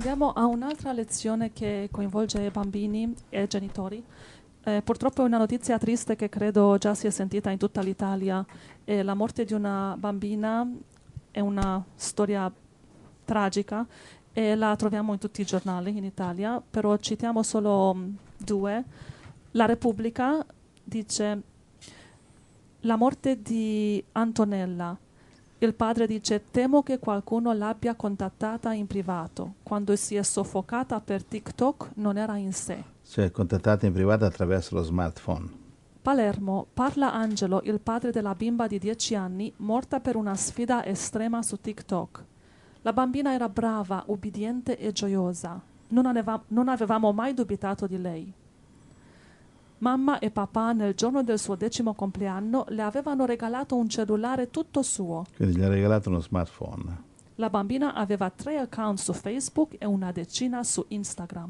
Andiamo a un'altra lezione che coinvolge bambini e genitori. Purtroppo è una notizia triste che credo già sia sentita in tutta l'Italia. La morte di una bambina è una storia tragica e la troviamo in tutti i giornali in Italia, però citiamo solo due. La Repubblica dice la morte di Antonella. Il padre dice: temo che qualcuno l'abbia contattata in privato. Quando si è soffocata per TikTok non era in sé. Cioè contattata in privato attraverso lo smartphone. Palermo, parla Angelo, il padre della bimba di 10 anni, morta per una sfida estrema su TikTok. La bambina era brava, ubbidiente e gioiosa. Non avevamo mai dubitato di lei. Mamma e papà nel giorno del suo 10° compleanno le avevano regalato un cellulare tutto suo. Quindi gli ha regalato uno smartphone. La bambina aveva 3 account su Facebook e una decina su Instagram.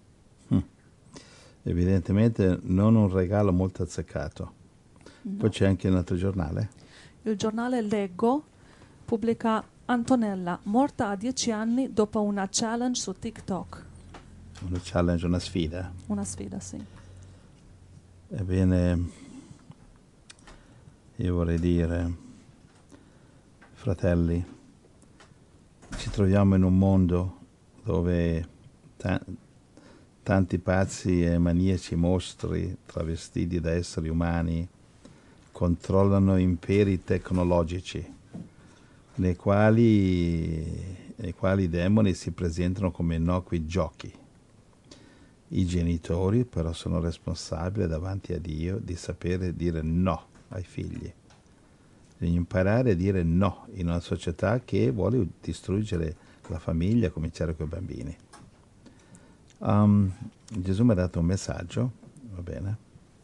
Evidentemente non un regalo molto azzeccato. No. Poi c'è anche un altro giornale. Il giornale Leggo pubblica Antonella, morta a 10 anni dopo una challenge su TikTok. Una challenge, una sfida. Una sfida, sì. Ebbene, io vorrei dire, fratelli, ci troviamo in un mondo dove tanti pazzi e maniaci mostri travestiti da esseri umani controllano imperi tecnologici nei quali i demoni si presentano come innocui giochi. I genitori però sono responsabili davanti a Dio di sapere dire no ai figli. Bisogna imparare a dire no in una società che vuole distruggere la famiglia, a cominciare con i bambini. Gesù mi ha dato un messaggio, va bene?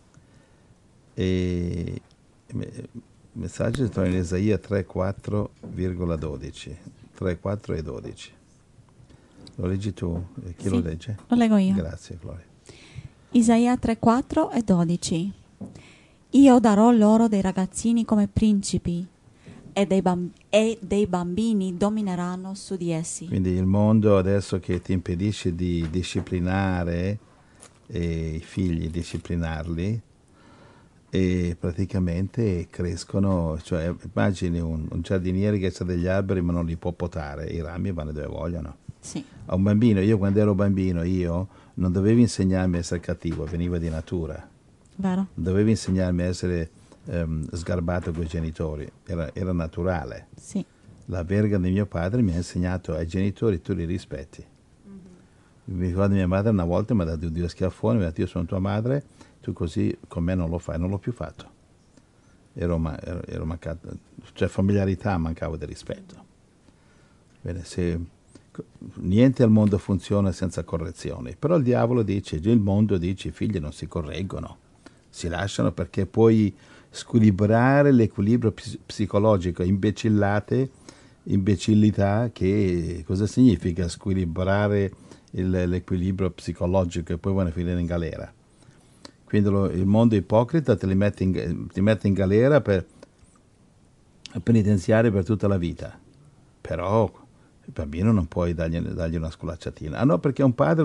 E il messaggio si trova in Isaia 3,4,12. 3,4 e 12. Lo leggi tu? Chi lo legge? Lo leggo io. Grazie, Gloria. Isaia 3,4 e 12. Io darò loro dei ragazzini come principi e dei bambini domineranno su di essi. Quindi il mondo adesso che ti impedisce di disciplinare i figli, disciplinarli, e praticamente crescono, cioè immagini un giardiniere che ha degli alberi ma non li può potare, i rami vanno dove vogliono. Sì. A un bambino, io quando ero bambino, io non dovevo insegnarmi a essere cattivo, veniva di natura. Vero. Non dovevo insegnarmi a essere sgarbato con i genitori, era naturale. Sì. La verga di mio padre mi ha insegnato ai genitori tu li rispetti. Mi ricordo mia madre una volta mi ha dato 2 schiaffoni, mi ha detto: io sono tua madre, tu così con me non lo fai, non l'ho più fatto. Ero mancato, cioè familiarità, mancavo di rispetto. Bene, niente al mondo funziona senza correzioni, però il diavolo dice, il mondo dice, i figli non si correggono, si lasciano perché puoi squilibrare l'equilibrio psicologico, imbecillità, che cosa significa squilibrare l'equilibrio psicologico e poi vanno a finire in galera. Quindi il mondo ipocrita ti mette in galera per penitenziare per tutta la vita. Però il bambino non puoi dargli una sculacciatina. Ah no, perché un padre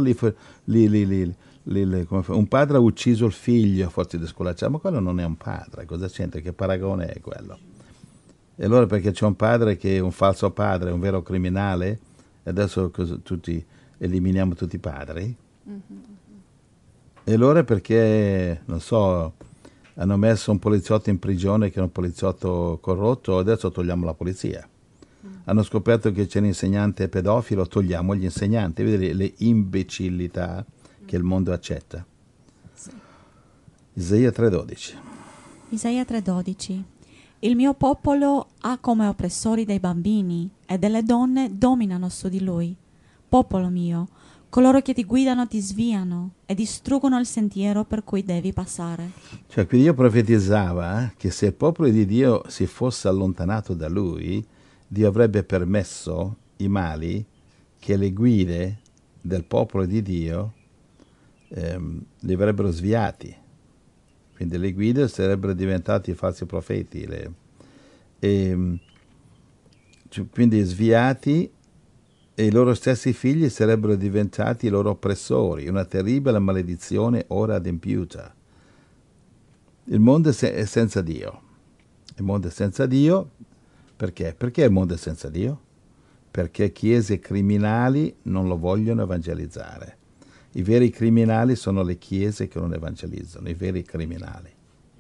un padre ha ucciso il figlio a forza di sculacciare, ma quello non è un padre, cosa c'entra? Che paragone è quello? E allora perché c'è un padre che è un falso padre, un vero criminale, e adesso eliminiamo tutti i padri? E allora perché, non so, hanno messo un poliziotto in prigione che è un poliziotto corrotto, adesso togliamo la polizia. Hanno scoperto che c'è un insegnante pedofilo, togliamo gli insegnanti. Vedete le imbecillità che il mondo accetta. Sì. Isaia 3,12. Isaia 3,12. Il mio popolo ha come oppressori dei bambini e delle donne dominano su di lui. Popolo mio, coloro che ti guidano ti sviano e distruggono il sentiero per cui devi passare. Cioè, quindi Dio profetizzava che se il popolo di Dio si fosse allontanato da lui, Dio avrebbe permesso i mali che le guide del popolo di Dio li avrebbero sviati. Quindi le guide sarebbero diventati falsi profeti. Quindi sviati e i loro stessi figli sarebbero diventati i loro oppressori, una terribile maledizione ora adempiuta. Il mondo è senza Dio. Il mondo è senza Dio perché? Perché il mondo è senza Dio? Perché chiese criminali non lo vogliono evangelizzare. I veri criminali sono le chiese che non evangelizzano, i veri criminali.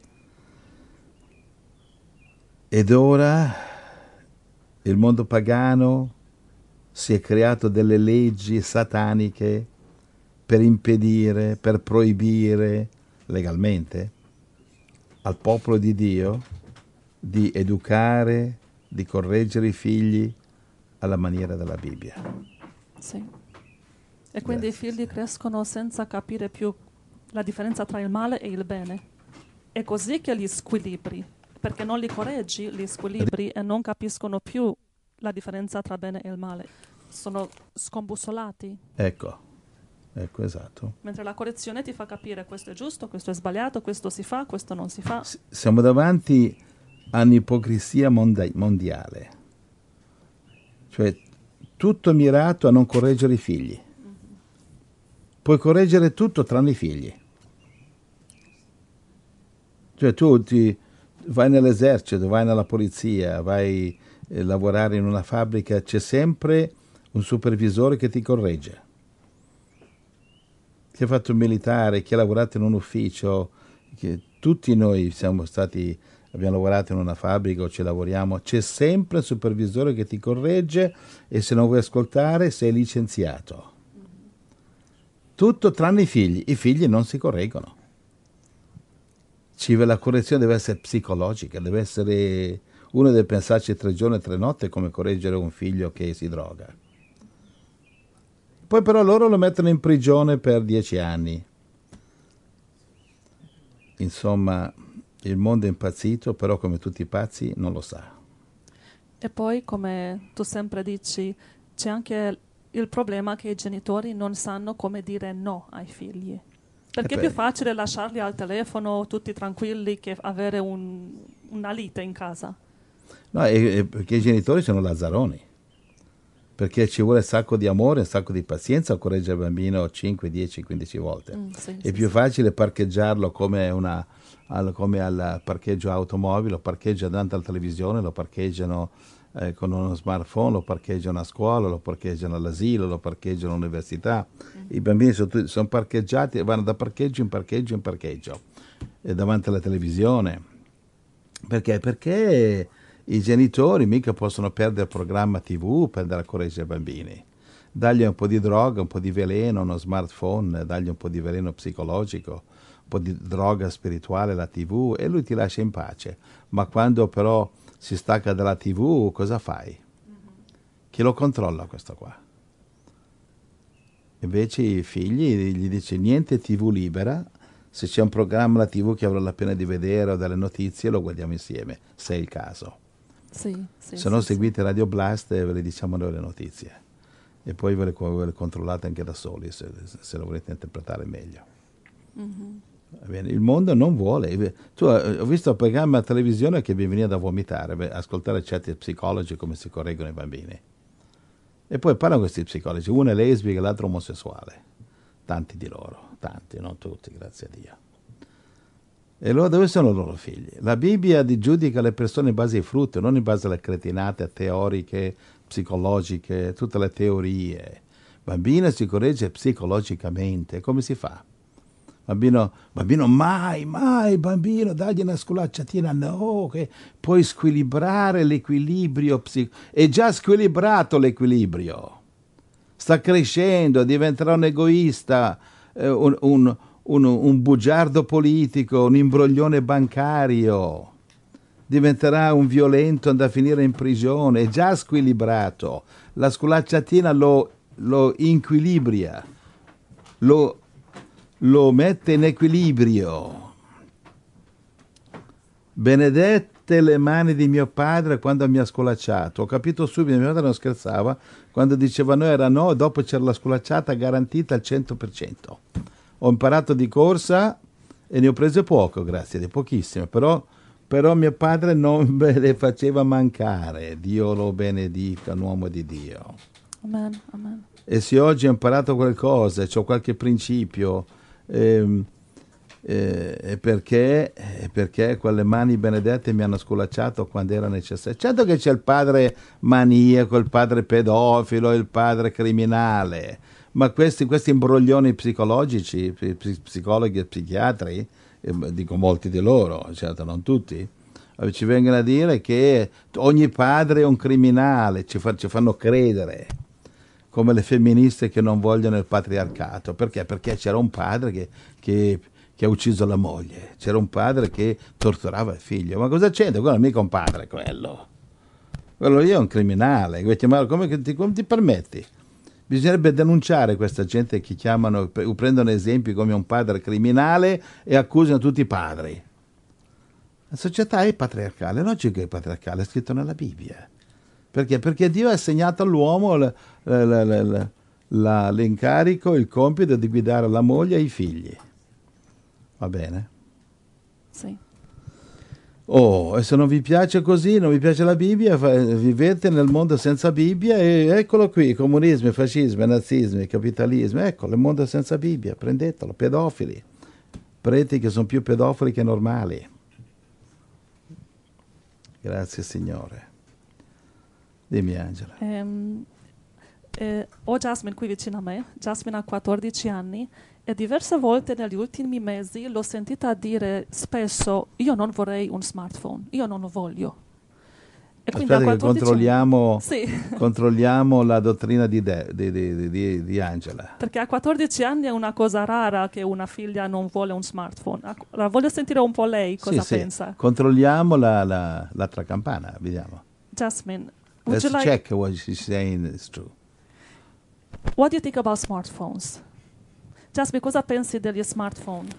Ed ora il mondo pagano si è creato delle leggi sataniche per impedire, per proibire legalmente al popolo di Dio di educare, di correggere i figli alla maniera della Bibbia. Sì. E quindi Grazie, i figli crescono senza capire più la differenza tra il male e il bene. È così che li squilibri, perché non li correggi, li squilibri e non capiscono più la differenza tra bene e il male. Sono scombussolati. Ecco, esatto. Mentre la correzione ti fa capire questo è giusto, questo è sbagliato, questo si fa, questo non si fa. Siamo davanti a un'ipocrisia mondiale. Cioè, tutto mirato a non correggere i figli. Puoi correggere tutto tranne i figli. Cioè tu vai nell'esercito, vai nella polizia, vai a lavorare in una fabbrica, c'è sempre un supervisore che ti corregge. Chi ha fatto il militare, chi ha lavorato in un ufficio, tutti noi abbiamo lavorato in una fabbrica o ci lavoriamo, c'è sempre un supervisore che ti corregge e se non vuoi ascoltare sei licenziato. Tutto tranne i figli non si correggono. La correzione deve essere psicologica, deve essere, uno deve pensarci 3 giorni e 3 notti come correggere un figlio che si droga. Poi però loro lo mettono in prigione per 10 anni. Insomma, il mondo è impazzito, però come tutti i pazzi non lo sa. E poi, come tu sempre dici, c'è anche il problema che i genitori non sanno come dire no ai figli. Perché è più facile lasciarli al telefono tutti tranquilli che avere una lite in casa. No, perché i genitori sono lazzaroni. Perché ci vuole un sacco di amore, un sacco di pazienza a correggere il bambino 5, 10, 15 volte. È più facile parcheggiarlo come al parcheggio automobile, lo parcheggia davanti alla televisione, lo parcheggiano con uno smartphone, lo parcheggiano a scuola, lo parcheggiano all'asilo, lo parcheggiano all'università. I bambini sono parcheggiati e vanno da parcheggio in parcheggio in parcheggio, davanti alla televisione. Perché? Perché i genitori mica possono perdere il programma TV per andare a correggere i bambini. Dagli un po' di droga, un po' di veleno, uno smartphone, dagli un po' di veleno psicologico, un po' di droga spirituale, la TV, e lui ti lascia in pace. Ma quando però si stacca dalla TV, cosa fai? Chi lo controlla questo qua? Invece i figli gli dice niente TV libera, se c'è un programma alla TV che avrò la pena di vedere o delle notizie lo guardiamo insieme, se è il caso. Se no seguite Radio Blast e ve le diciamo noi le notizie. E poi ve le controllate anche da soli se lo volete interpretare meglio. Bene, il mondo non vuole. Ho visto un programma a televisione che mi veniva da vomitare, ascoltare certi psicologi come si correggono i bambini. E poi parlano questi psicologi, uno è lesbica e l'altro omosessuale. Tanti di loro, tanti, non tutti, grazie a Dio. E allora dove sono i loro figli? La Bibbia giudica le persone in base ai frutti, non in base alle cretinate teoriche, psicologiche, tutte le teorie. Il bambino si corregge psicologicamente. Come si fa? Bambino, mai, bambino, dagli una sculacciatina, no, che puoi squilibrare l'equilibrio è già squilibrato l'equilibrio. Sta crescendo, diventerà un egoista, un bugiardo politico, un imbroglione bancario, diventerà un violento, andrà a finire in prigione, è già squilibrato. La sculacciatina lo inquilibria, lo mette in equilibrio. Benedette le mani di mio padre quando mi ha scolacciato. Ho capito subito, mio padre non scherzava, quando diceva no era no, dopo c'era la scolacciata garantita al 100%. Ho imparato di corsa e ne ho prese poco, grazie, di pochissime, però mio padre non me le faceva mancare. Dio lo benedica, un uomo di Dio. Amen, amen. E se oggi ho imparato qualcosa, ho qualche principio, è perché quelle mani benedette mi hanno sculacciato quando era necessario. Certo che c'è il padre maniaco, il padre pedofilo, il padre criminale, ma questi imbroglioni psicologici, psicologi e psichiatri, dico molti di loro, certo non tutti, ci vengono a dire che ogni padre è un criminale, ci fanno credere, come le femministe che non vogliono il patriarcato. Perché? Perché c'era un padre che ha ucciso la moglie, c'era un padre che torturava il figlio. Ma cosa c'entra? Quello non è mica un padre, quello lì è un criminale. Come ti permetti? Bisognerebbe denunciare questa gente che prendono esempi come un padre criminale e accusano tutti i padri. La società è patriarcale, è logico che è patriarcale, è scritto nella Bibbia. Perché? Perché Dio ha assegnato all'uomo l'incarico, il compito di guidare la moglie e i figli. Va bene? Sì. Oh, e se non vi piace così, non vi piace la Bibbia, vivete nel mondo senza Bibbia e eccolo qui, comunismo, fascismo, nazismo, capitalismo, ecco, il mondo senza Bibbia, prendetelo, pedofili, preti che sono più pedofili che normali. Grazie Signore. Dimmi Angela. Ho Jasmine qui vicino a me. Jasmine ha 14 anni e diverse volte negli ultimi mesi l'ho sentita dire spesso: io non vorrei un smartphone, io non lo voglio. E quindi aspetta che controlliamo, sì. controlliamo la dottrina di Angela. Perché a 14 anni è una cosa rara che una figlia non vuole un smartphone. La voglio sentire un po' lei cosa pensa. Sì. Controlliamo l'altra campana, vediamo. Jasmine, let's check what she's saying is true. What do you think about smartphones? Jasmine, cosa pensi degli smartphone?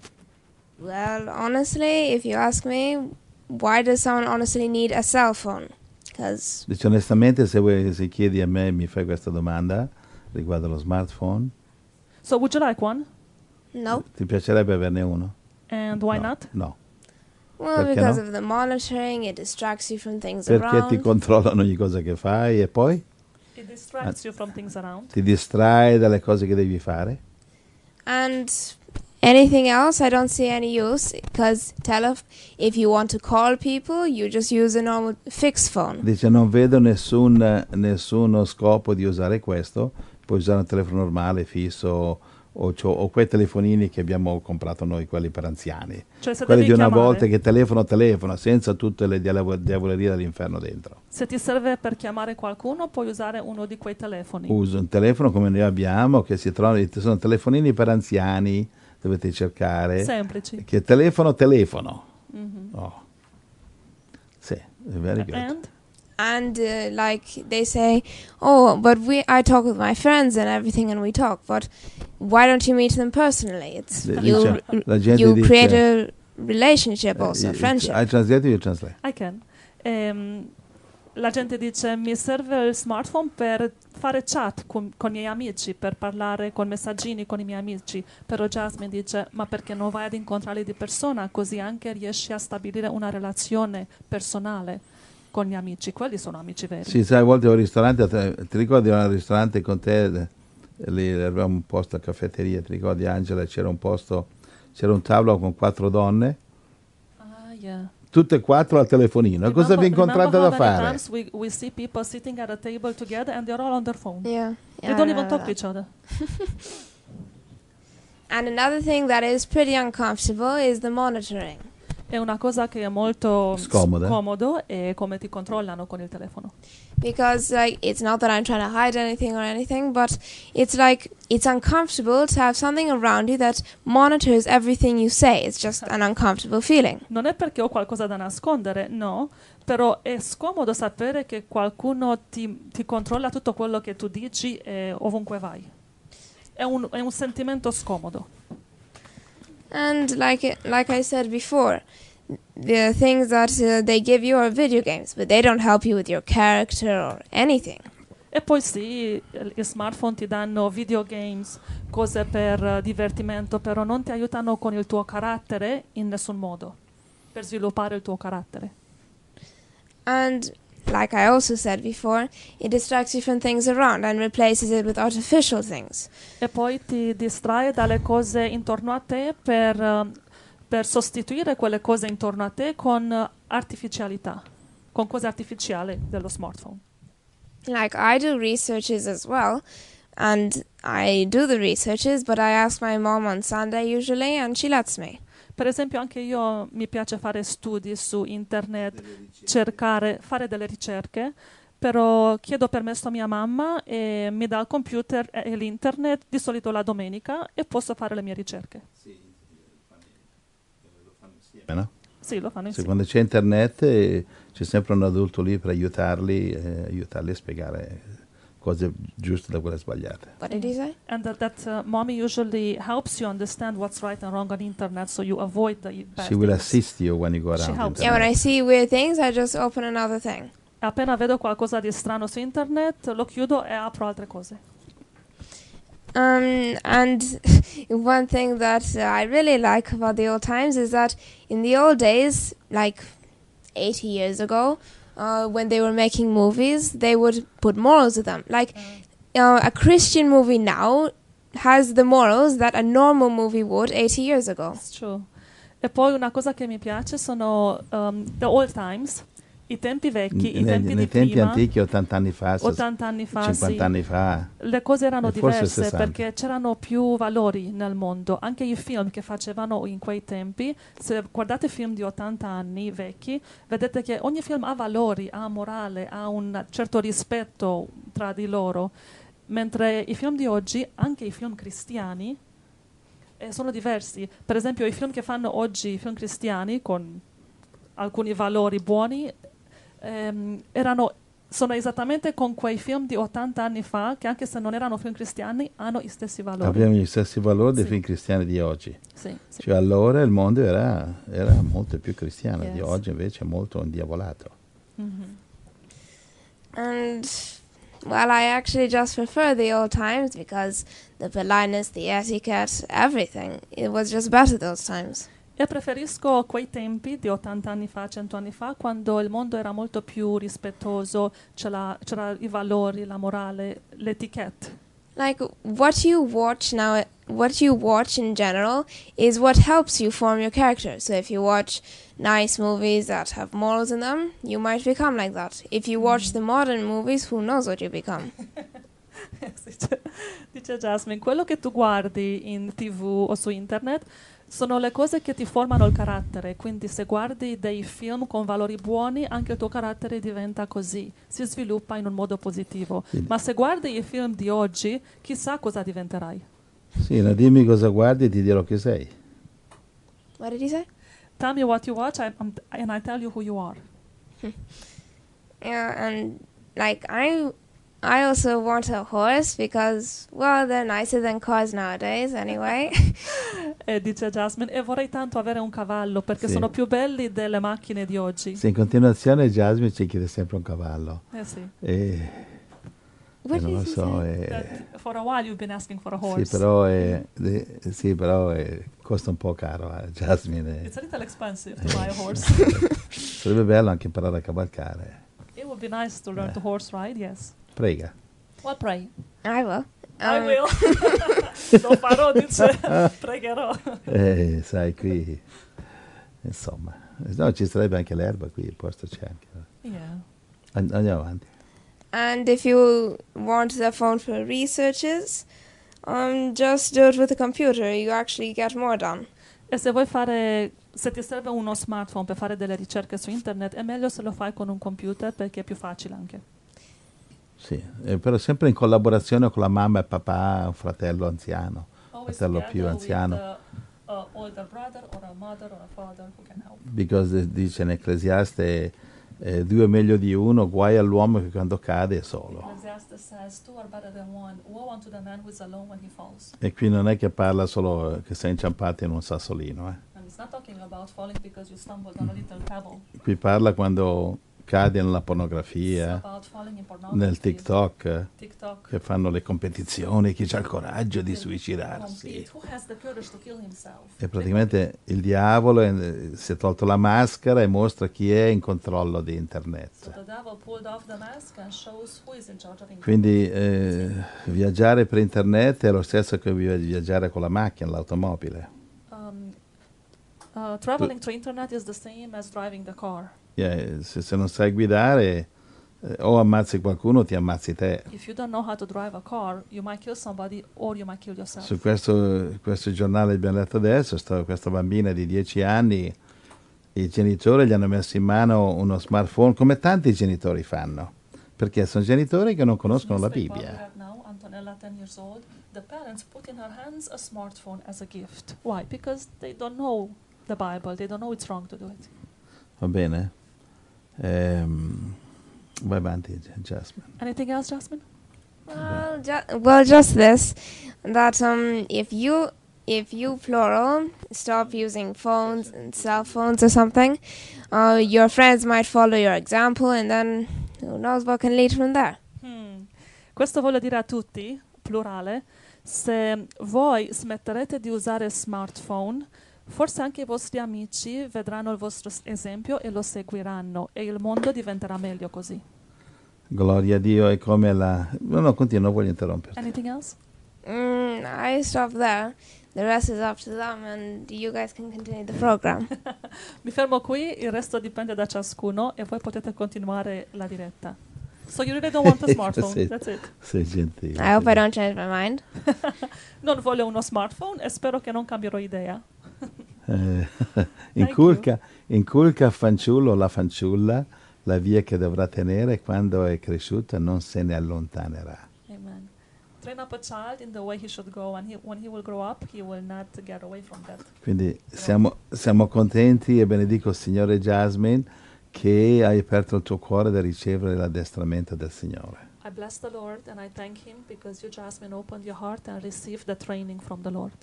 Well, honestly, if you ask me, why does someone honestly need a cell phone? Because Dice onestamente, se chiedi a me, mi fai questa domanda riguardo allo smartphone. So would you like one? no. Ti piacerebbe averne uno? And why No, not? No. Well, Perché because no? of the monitoring, it distracts you from things Perché around. ti controllano ogni cosa che fai e poi It distracts you from things around. ti distrae dalle cose che devi fare. And anything else, I don't see any use. Because if you want to call people, you just use a normal fixed phone. Dice non vedo nessuno scopo di usare questo, puoi usare un telefono normale, fisso o quei telefonini che abbiamo comprato noi, quelli per anziani. Cioè, se Quelli devi di una chiamare, volta che telefono senza tutte le diavolerie dell'inferno dentro. se ti serve per chiamare qualcuno, puoi usare uno di quei telefoni. Uso un telefono come noi abbiamo, che sono telefonini per anziani, dovete cercare. Semplici. Che telefono. Mhm. Oh. Sì, very good. And like they say, oh, but I talk with my friends and everything, and we talk. But why don't you meet them personally? It's La gente you dice, create a relationship also, a friendship. I translate, you translate. I can. La gente dice: mi serve il smartphone per fare chat con i miei amici, per parlare con messaggini con i miei amici. Però Jasmine dice: ma perché non vai ad incontrarli di persona, così anche riesci a stabilire una relazione personale con gli amici. Quelli sono amici veri. Sì, sai, a volte al ristorante, ti ricordi un ristorante con te, lì avevamo un posto a caffetteria, ti ricordi Angela, c'era un tavolo con 4 donne, Yeah. tutte e 4 al telefonino. Cosa vi incontrate da fare? Times we see people sitting at a table together and they're all on their phone. Yeah. They don't even talk to each other. And another thing that is pretty uncomfortable is the monitoring. È una cosa che è molto Scomoda. scomodo e come ti controllano con il telefono. Because like it's not that I'm trying to hide anything or anything, but it's like it's uncomfortable to have something around you that monitors everything you say. It's just an uncomfortable feeling. Non è perché ho qualcosa da nascondere, no, però è scomodo sapere che qualcuno ti controlla tutto quello che tu dici ovunque vai. È un sentimento scomodo. And like I said before, the things that they give you are video games, but they don't help you with your character or anything. E poi sì, gli smartphone ti danno videogames, cose per divertimento, però non ti aiutano con il tuo carattere in nessun modo, per sviluppare il tuo carattere. And like I also said before, it distracts you from things around and replaces it with artificial things. E poi ti distrae dalle cose intorno a te per sostituire quelle cose intorno a te con artificialità, con cose artificiali dello smartphone. Like I do researches as well, and I do the researches, but I ask my mom on Sunday usually, and she lets me. Per esempio anche io mi piace fare studi su internet, fare delle ricerche, però chiedo permesso a mia mamma e mi dà il computer e l'internet di solito la domenica e posso fare le mie ricerche. No? Sì, lo fanno insieme. Quando c'è internet c'è sempre un adulto lì per aiutarli a spiegare cose giuste da quelle sbagliate. What did he say? And that mommy usually helps you understand what's right and wrong on internet, so you avoid the bad She will things. assist you when you go She around helps. Yeah, when I internet. see weird things, I just open another thing. Appena vedo qualcosa di strano su internet, lo chiudo e apro altre cose. And one thing that I really like about the old times is that in the old days, like 80 years ago, when they were making movies, they would put morals to them. Like a Christian movie now has the morals that a normal movie would 80 years ago. It's true. E poi una cosa che mi piace sono the old times, i tempi vecchi, i tempi di Nei tempi prima, antichi, 80 anni fa, 80 anni fa, 50 sì. anni fa, Le cose erano E forse diverse 60. perché c'erano più valori nel mondo. Anche i film che facevano in quei tempi, se guardate film di 80 anni vecchi, vedete che ogni film ha valori, ha morale, ha un certo rispetto tra di loro. Mentre i film di oggi, anche i film cristiani, sono diversi. Per esempio i film che fanno oggi, i film cristiani, con alcuni valori buoni, sono esattamente con quei film di 80 anni fa, che anche se non erano film cristiani, hanno gli stessi valori. abbiamo gli stessi valori dei Sì. film cristiani di oggi. Sì, sì. Cioè allora il mondo era molto più cristiano, di Yes. oggi invece è molto indiavolato. Mhm. And well, I actually just prefer the old times because the politeness, the etiquette, everything, it was just better those times. E preferisco quei tempi di 80 anni fa, 100 anni fa, quando il mondo era molto più rispettoso, c'era i valori, la morale, l'etichetta. Like what you watch now, what you watch in general is what helps you form your character. So if you watch nice movies that have morals in them, you might become like that. If you watch the modern movies, who knows what you become. Dice Jasmine, quello che tu guardi in TV o su internet sono le cose che ti formano il carattere, quindi se guardi dei film con valori buoni, anche il tuo carattere diventa così, si sviluppa in un modo positivo. Sì. Ma se guardi i film di oggi, chissà cosa diventerai. Sì, no, dimmi cosa guardi e ti dirò chi sei. What did he say? Tell me what you watch and I tell you who you are. Yeah, and like I also want a horse because, well, they're nicer than cars nowadays anyway. E dice Jasmine, e vorrei tanto avere un cavallo perché Sì. sono più belli delle macchine di oggi. Sì, in continuazione Jasmine ci chiede sempre un cavallo. Sì. E What non did lo he so, say? That for a while you've been asking for a horse. sì, però costa un po' caro Jasmine. It's a little expensive to buy a horse. Sarebbe bello anche imparare a cavalcare. It would be nice to learn to horse ride, yes. Prega. Well, pray. I will. I will. Lo farò, dice. Pregherò. Sai, qui, insomma, no, ci sarebbe anche l'erba qui, il posto c'è anche. Yeah. Andiamo avanti. And if you want the phone for researches, just do it with a computer. You actually get more done. E se ti serve uno smartphone per fare delle ricerche su internet, è meglio se lo fai con un computer perché è più facile anche. Sì, però sempre in collaborazione con la mamma e papà, un fratello anziano, Always fratello together più anziano. with a older brother or a mother or a father who can help. Because dice in Ecclesiaste, due è meglio di uno, guai all'uomo che quando cade è solo. Ecclesiastes says, two are better than one. Woe unto the man who is alone when he falls. E qui non è che parla solo che sei inciampato in un sassolino. And it's not talking about falling because you stumbled on a little pebble. Qui parla quando cade nella pornografia, about falling in pornography, nel TikTok, TikTok, che fanno le competizioni, chi ha il coraggio di they suicidarsi. compete. Who has the courage to kill himself? E praticamente il diavolo si è tolto la maschera e mostra chi è in controllo di So internet. the devil pulled off the mask and shows who is in charge of internet. Quindi viaggiare per internet è lo stesso che viaggiare con la macchina, l'automobile. Traveling through internet is the same as driving the car. Se non sai guidare, o ammazzi qualcuno o ti ammazzi te. If you don't know how to drive a car, you might kill somebody or you might kill yourself. Su questo giornale che abbiamo letto adesso, questa bambina di 10 anni, i genitori gli hanno messo in mano uno smartphone, come tanti genitori fanno, perché sono genitori che non conoscono la Newspaper Bibbia. right now, Antonella, 10 years old, the parents put in her hands a smartphone as a gift. Why? Because they don't know the Bible. They don't know it's wrong to do it. Va bene? Vai avanti, Jasmine. Anything else, Jasmine? Well, just this, that if you plural stop using phones and cell phones or something, your friends might follow your example, and then who knows what can lead from there. Questo voglio dire a tutti, plurale, se voi smetterete di usare smartphone, forse anche i vostri amici vedranno il vostro esempio e lo seguiranno e il mondo diventerà meglio così. Gloria a Dio, è come la... No, continua, non voglio interromperti. Anything else? I stop there. The rest is up to them, and you guys can continue the program. Mi fermo qui, il resto dipende da ciascuno e voi potete continuare la diretta. So you really don't want a smartphone, Sì. that's it. Sei gentile. I hope I don't change my mind. Non voglio uno smartphone e spero che non cambierò idea. Inculca al fanciullo o la fanciulla la via che dovrà tenere, quando è cresciuta non se ne allontanerà. Amen. Train up a child in the way he should go, and when he will grow up, he will not get away from that. Quindi siamo contenti e benedico il Signore, Jasmine, che hai aperto il tuo cuore da ricevere l'addestramento del Signore. I bless the Lord and I thank Him because you, Jasmine, opened your heart and received the training from the Lord.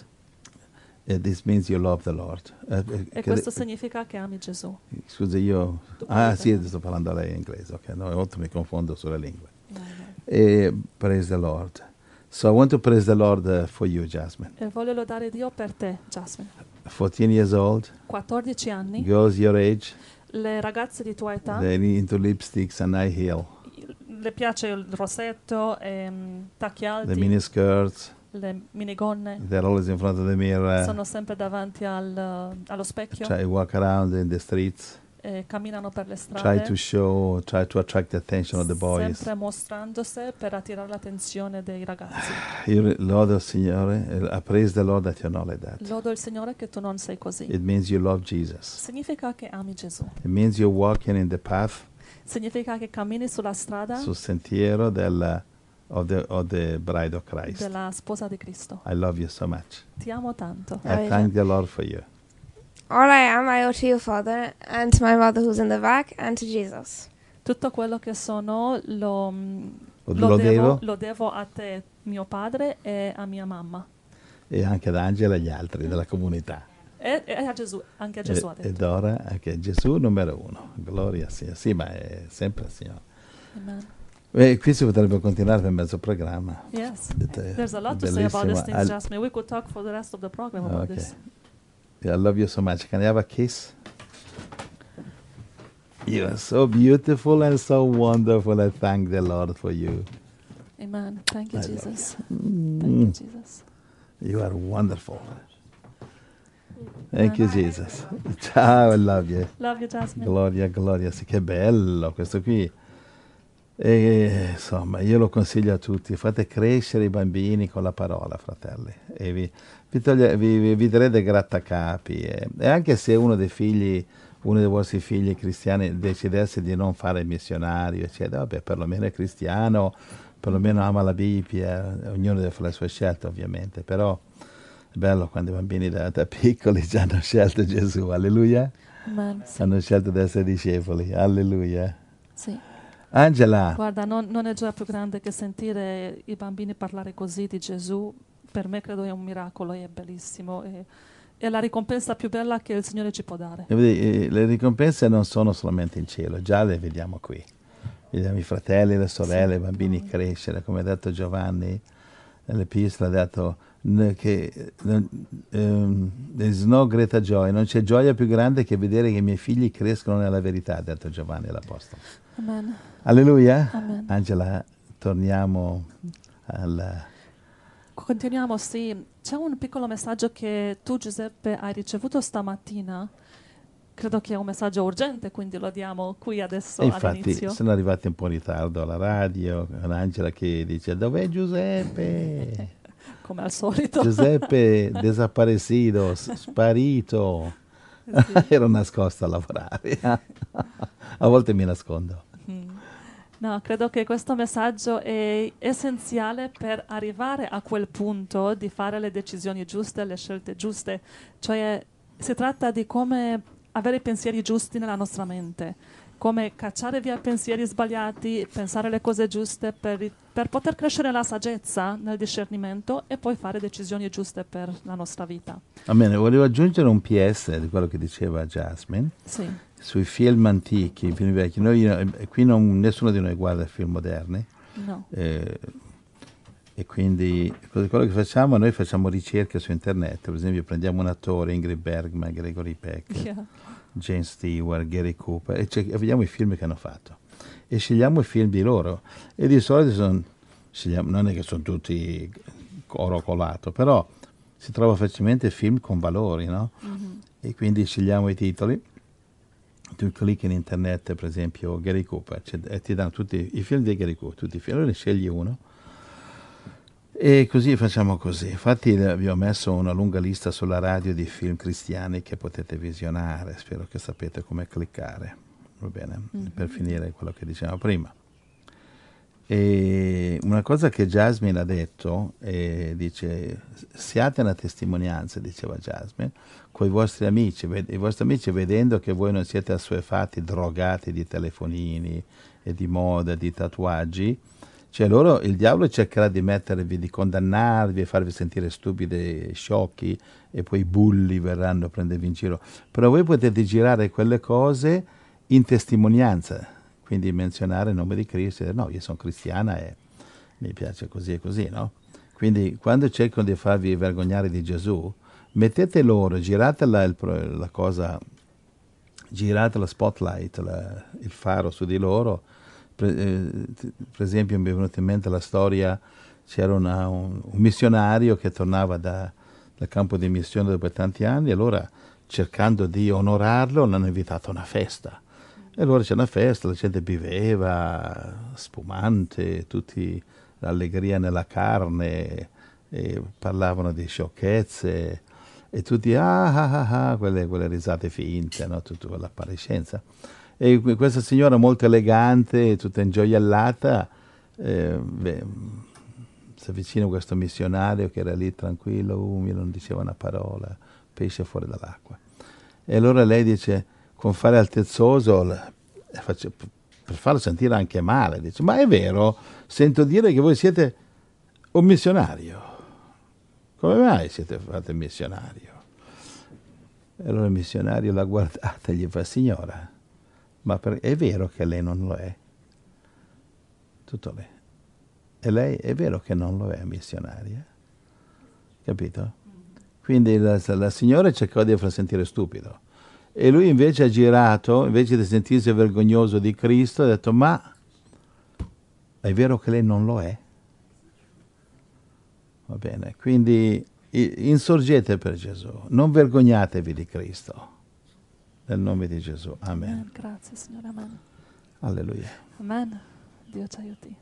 This means you love the Lord. E questo significa che ami Gesù. Scusa, io... Tu parli sì, italiano. sto parlando a lei in inglese, ok? No, oltre mi confondo sulle lingue. Amen. Praise the Lord. So I want to praise the Lord for you, Jasmine. E voglio lodare Dio per te, Jasmine. 14 years old, 14 anni, girls your age, le ragazze di tua età, they're into lipsticks and high heel, le piace il rossetto, tacchi the alti, miniskirts, le minigonne, they're always in front of the mirror, sono sempre davanti allo specchio, try to walk around in the streets, camminano per le try to strade, try to attract the attention of the boys. sempre mostrandosi per attirare l'attenzione dei ragazzi. Io lodo il Signore, I praise the Lord that you're not like that. Lodo il Signore che tu non sei così. It means you love Jesus. Significa che ami Gesù. It means you're walking in the path, Significa che cammini sulla strada sul sentiero of the bride of Christ. della sposa di Cristo. I love you so much. Ti amo tanto. I thank the Lord for you. All I am, I owe to you, Father, and to my mother who's in the back, and to Jesus. Tutto quello che sono Lo devo. lo devo a te, mio padre, e a mia mamma. E anche ad Angela e agli altri della comunità. E a Gesù, anche a Gesù ha Ed detto. ora anche Gesù numero uno. Gloria sia. Sì, ma è sempre il Signore. Amen. E qui si potrebbe continuare per mezzo programma. Yes. È There's a lot to say about these bellissimo. things, Jasmine. We could talk for the rest of the program about Okay. this. I love you so much. Can I have a kiss? You are so beautiful and so wonderful. I thank the Lord for you. Amen. Thank you, I love Jesus. Mm. Thank you, Jesus. You are wonderful. Thank you, Jesus. Ciao, I love you. Love you, Jasmine. Gloria, gloria. Sì, che bello questo qui. E, insomma, io lo consiglio a tutti. Fate crescere i bambini con la parola, fratelli. E vi darete grattacapi. E anche se uno dei vostri figli cristiani decidesse di non fare il missionario, eccetera, vabbè, perlomeno è cristiano, perlomeno ama la Bibbia, ognuno deve fare le sue scelte, ovviamente, però è bello quando i bambini da piccoli già hanno scelto Gesù, alleluia, Amen. Sì. hanno scelto di essere discepoli, alleluia. Sì. Angela, Guarda, non è gioia più grande che sentire i bambini parlare così di Gesù. Per me credo è un miracolo, è bellissimo. è la ricompensa più bella che il Signore ci può dare. E vedi, le ricompense non sono solamente in cielo, già le vediamo qui. Vediamo i fratelli, le sorelle, i bambini crescere, come ha detto Giovanni nell'epistola, ha detto che there's no greater joy, non c'è gioia più grande che vedere che i miei figli crescono nella verità, ha detto Giovanni l'Apostolo. Amen. Alleluia. Amen. Angela, torniamo al... Continuiamo, sì. C'è un piccolo messaggio che tu, Giuseppe, hai ricevuto stamattina. Credo che è un messaggio urgente, quindi lo diamo qui adesso E infatti all'inizio. sono arrivati un po' in ritardo alla radio, con Angela che dice dov'è Giuseppe? Come al solito. Giuseppe desaparecido, sparito. Sì. Ero nascosto a lavorare. A volte mi nascondo. No, credo che questo messaggio è essenziale per arrivare a quel punto di fare le decisioni giuste, le scelte giuste. Cioè, si tratta di come avere i pensieri giusti nella nostra mente, come cacciare via pensieri sbagliati, pensare le cose giuste per poter crescere nella saggezza, nel discernimento e poi fare decisioni giuste per la nostra vita. Bene, volevo aggiungere un PS di quello che diceva Jasmine. Sì. Sui film antichi, i film vecchi. Qui nessuno di noi guarda film moderni. No. E quindi quello che facciamo, noi facciamo ricerche su internet. Per esempio prendiamo un attore, Ingrid Bergman, Gregory Peck, Yeah. Jane Stewart, Gary Cooper, e vediamo i film che hanno fatto. E scegliamo i film di loro. E di solito non è che sono tutti oro colato, però si trova facilmente film con valori, no? Mhm. E scegliamo i titoli. Tu clicchi in internet, per esempio, Gary Cooper, e ti danno tutti i film di Gary Cooper, tutti i film, allora ne scegli uno. E così facciamo così. Infatti vi ho messo una lunga lista sulla radio di film cristiani che potete visionare. Spero che sapete come cliccare. Va bene? Per finire quello che dicevamo prima. E una cosa che Jasmine ha detto, dice, siate una testimonianza, diceva Jasmine, con i vostri amici vedendo che voi non siete assuefatti, drogati di telefonini e di moda, di tatuaggi, cioè il diavolo cercherà di mettervi, di condannarvi e farvi sentire stupidi e sciocchi, e poi i bulli verranno a prendervi in giro. Però voi potete girare quelle cose in testimonianza, quindi menzionare il nome di Cristo, e no, io sono cristiana e mi piace così e così, no? Quindi quando cercano di farvi vergognare di Gesù, mettete loro, girate la cosa, girate la spotlight, il faro su di loro. Per esempio mi è venuta in mente la storia, c'era un missionario che tornava dal campo di missione dopo tanti anni, e allora cercando di onorarlo l'hanno invitato a una festa. E allora c'è una festa, la gente beveva, spumante, tutti l'allegria nella carne, e parlavano di sciocchezze, e tutti quelle risate finte, no? Tutta quell'appariscenza. E questa signora molto elegante, tutta ingioiellata, si avvicina a questo missionario che era lì tranquillo, umido, non diceva una parola, pesce fuori dall'acqua. E allora lei dice, con fare altezzoso, per farlo sentire anche male, dice, ma è vero, sento dire che voi siete un missionario. Come mai fate missionario? E allora il missionario l'ha guardata e gli fa, signora, ma è vero che lei non lo è? Tutto lei. E lei è vero che non lo è missionaria? Capito? Quindi la signora cercò di far sentire stupido. E lui invece ha girato, invece di sentirsi vergognoso di Cristo, ha detto, ma è vero che lei non lo è? Va bene, quindi insorgete per Gesù, non vergognatevi di Cristo. Nel nome di Gesù, amen. Grazie Signore, amen. Alleluia. Amen. Dio ci aiuti.